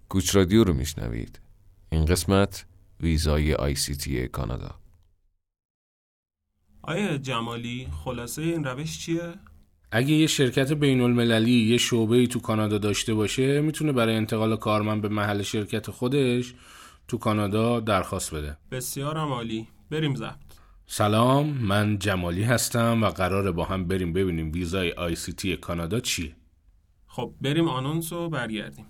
کوچ رادیو رو میشنوید. این قسمت ویزای ICT کانادا. آیا جمالی خلاصه این روش چیه؟ اگه یه شرکت بین المللی یه شعبه‌ای تو کانادا داشته باشه، میتونه برای انتقال کارمند به محل شرکت خودش تو کانادا درخواست بده. بسیار عالی. بریم ضبط. سلام، من جمالی هستم و قراره با هم بریم ببینیم ویزای ICT کانادا چیه. خب بریم آنونس رو برگردیم.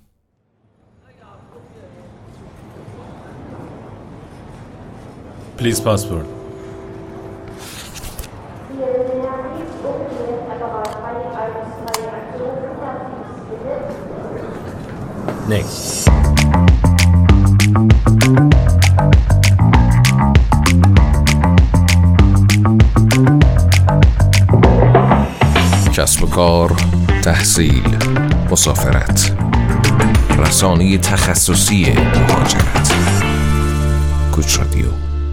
Please passport. Next. کسب و کار، تحصیل، مسافرت، رسانه تخصصی مهاجرت. کوچ رادیو.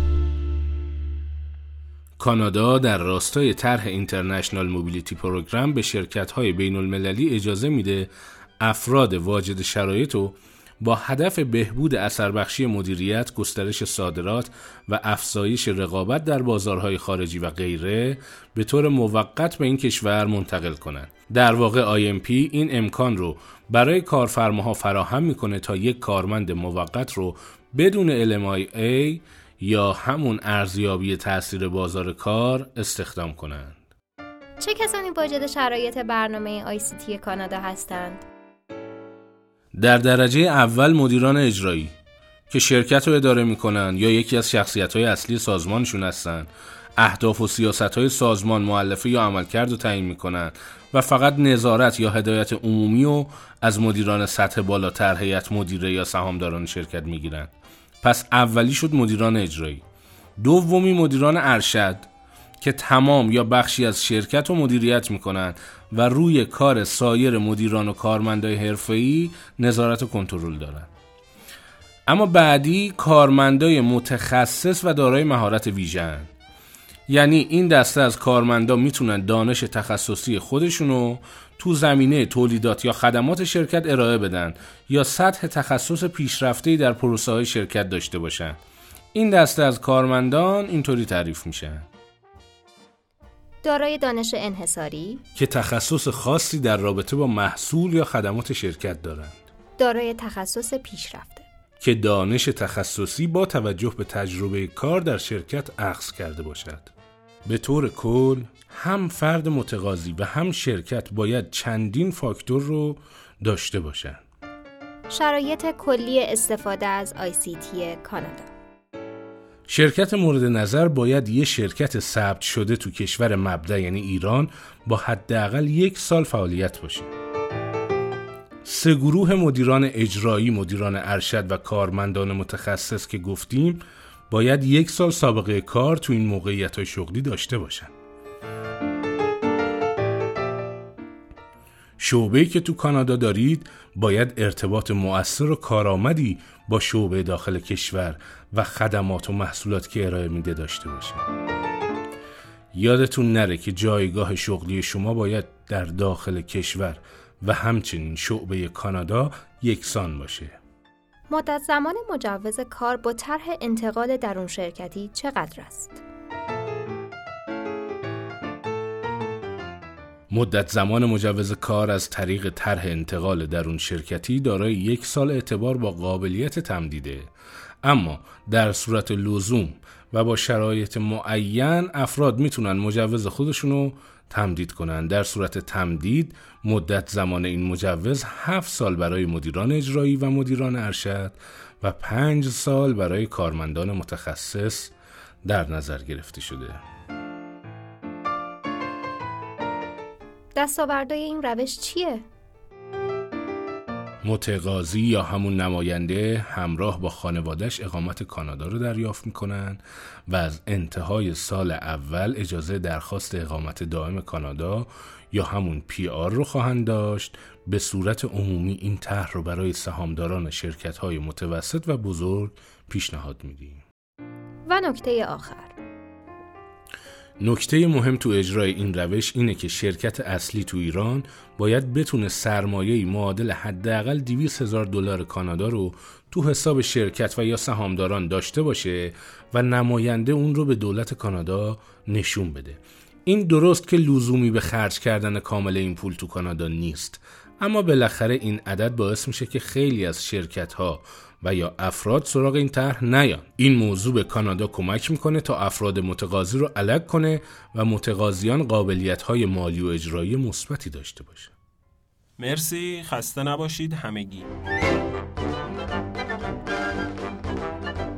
کانادا در راستای طرح اینترنشنال موبیلیتی پروگرام به شرکت‌های بین المللی اجازه میده افراد واجد شرایط رو با هدف بهبود اثربخشی مدیریت، گسترش صادرات و افزایش رقابت در بازارهای خارجی و غیره به طور موقت به این کشور منتقل کنند. در واقع IMP این امکان رو برای کارفرماها فراهم میکنه تا یک کارمند موقت رو بدون LMIA یا همون ارزیابی تاثیر بازار کار استخدام کنند. چه کسانی واجد شرایط برنامه ICT کانادا هستند؟ در درجه اول مدیران اجرایی که شرکت رو اداره میکنن یا یکی از شخصیت‌های اصلی سازمانشون هستن، اهداف و سیاست‌های سازمان مؤلفه یا عملکرد رو تعیین میکنن و فقط نظارت یا هدایت عمومی رو از مدیران سطح بالاتر، هیئت مدیره یا سهامداران شرکت میگیرن. پس اولی شد مدیران اجرایی. دومی مدیران ارشد که تمام یا بخشی از شرکت رو مدیریت میکنن و روی کار سایر مدیران و کارمندای حرفه‌ای نظارت و کنترل دارن. اما بعدی کارمندای متخصص و دارای مهارت ویژه‌اند. یعنی این دسته از کارمندا میتونن دانش تخصصی خودشونو تو زمینه تولیدات یا خدمات شرکت ارائه بدن یا سطح تخصص پیشرفته‌ای در پروسه‌های شرکت داشته باشن. این دسته از کارمندان اینطوری تعریف میشن: دارای دانش انحصاری که تخصص خاصی در رابطه با محصول یا خدمات شرکت دارند. دارای تخصص پیشرفته که دانش تخصصی با توجه به تجربه کار در شرکت اخذ کرده باشد. به طور کل هم فرد متقاضی و هم شرکت باید چندین فاکتور رو داشته باشند. شرایط کلی استفاده از ICT کانادا. شرکت مورد نظر باید یه شرکت ثبت شده تو کشور مبدأ یعنی ایران با حداقل 1 سال فعالیت باشه. 3 گروه مدیران اجرایی، مدیران ارشد و کارمندان متخصص که گفتیم باید 1 سال سابقه کار تو این موقعیت‌های شغلی داشته باشن. شعبه‌ای که تو کانادا دارید باید ارتباط مؤثر و کارآمدی با شعبه داخل کشور و خدمات و محصولات که ارائه میده داشته باشه. یادتون نره که جایگاه شغلی شما باید در داخل کشور و همچنین شعبه کانادا یکسان باشه. مدت زمان مجوز کار با طرح انتقال درون شرکتی چقدر است؟ مدت زمان مجوز کار از طریق طرح انتقال درون شرکتی دارای 1 سال اعتبار با قابلیت تمدیده، اما در صورت لزوم و با شرایط معین افراد میتونن مجوز خودشونو تمدید کنن. در صورت تمدید مدت زمان این مجوز 7 سال برای مدیران اجرایی و مدیران ارشد و 5 سال برای کارمندان متخصص در نظر گرفته شده. دستاوردهای این روش چیه؟ متقاضی یا همون نماینده همراه با خانواده‌اش اقامت کانادا رو دریافت میکنن و از انتهای سال اول اجازه درخواست اقامت دائم کانادا یا همون PR رو خواهند داشت. به صورت عمومی این طرح رو برای سهامداران شرکت‌های متوسط و بزرگ پیشنهاد میدیم. و نکته آخر، نکته مهم تو اجرای این روش اینه که شرکت اصلی تو ایران باید بتونه سرمایه‌ای معادل حداقل $200,000 کانادا رو تو حساب شرکت و یا سهامداران داشته باشه و نماینده اون رو به دولت کانادا نشون بده. این درست که لزومی به خرج کردن کامل این پول تو کانادا نیست، اما بالاخره این عدد باعث میشه که خیلی از شرکت‌ها و یا افراد سراغ این طرح نیان. این موضوع به کانادا کمک میکنه تا افراد متقاضی رو الگ کنه و متقاضیان قابلیت‌های مالی و اجرایی مثبتی داشته باشه. مرسی، خسته نباشید همگی.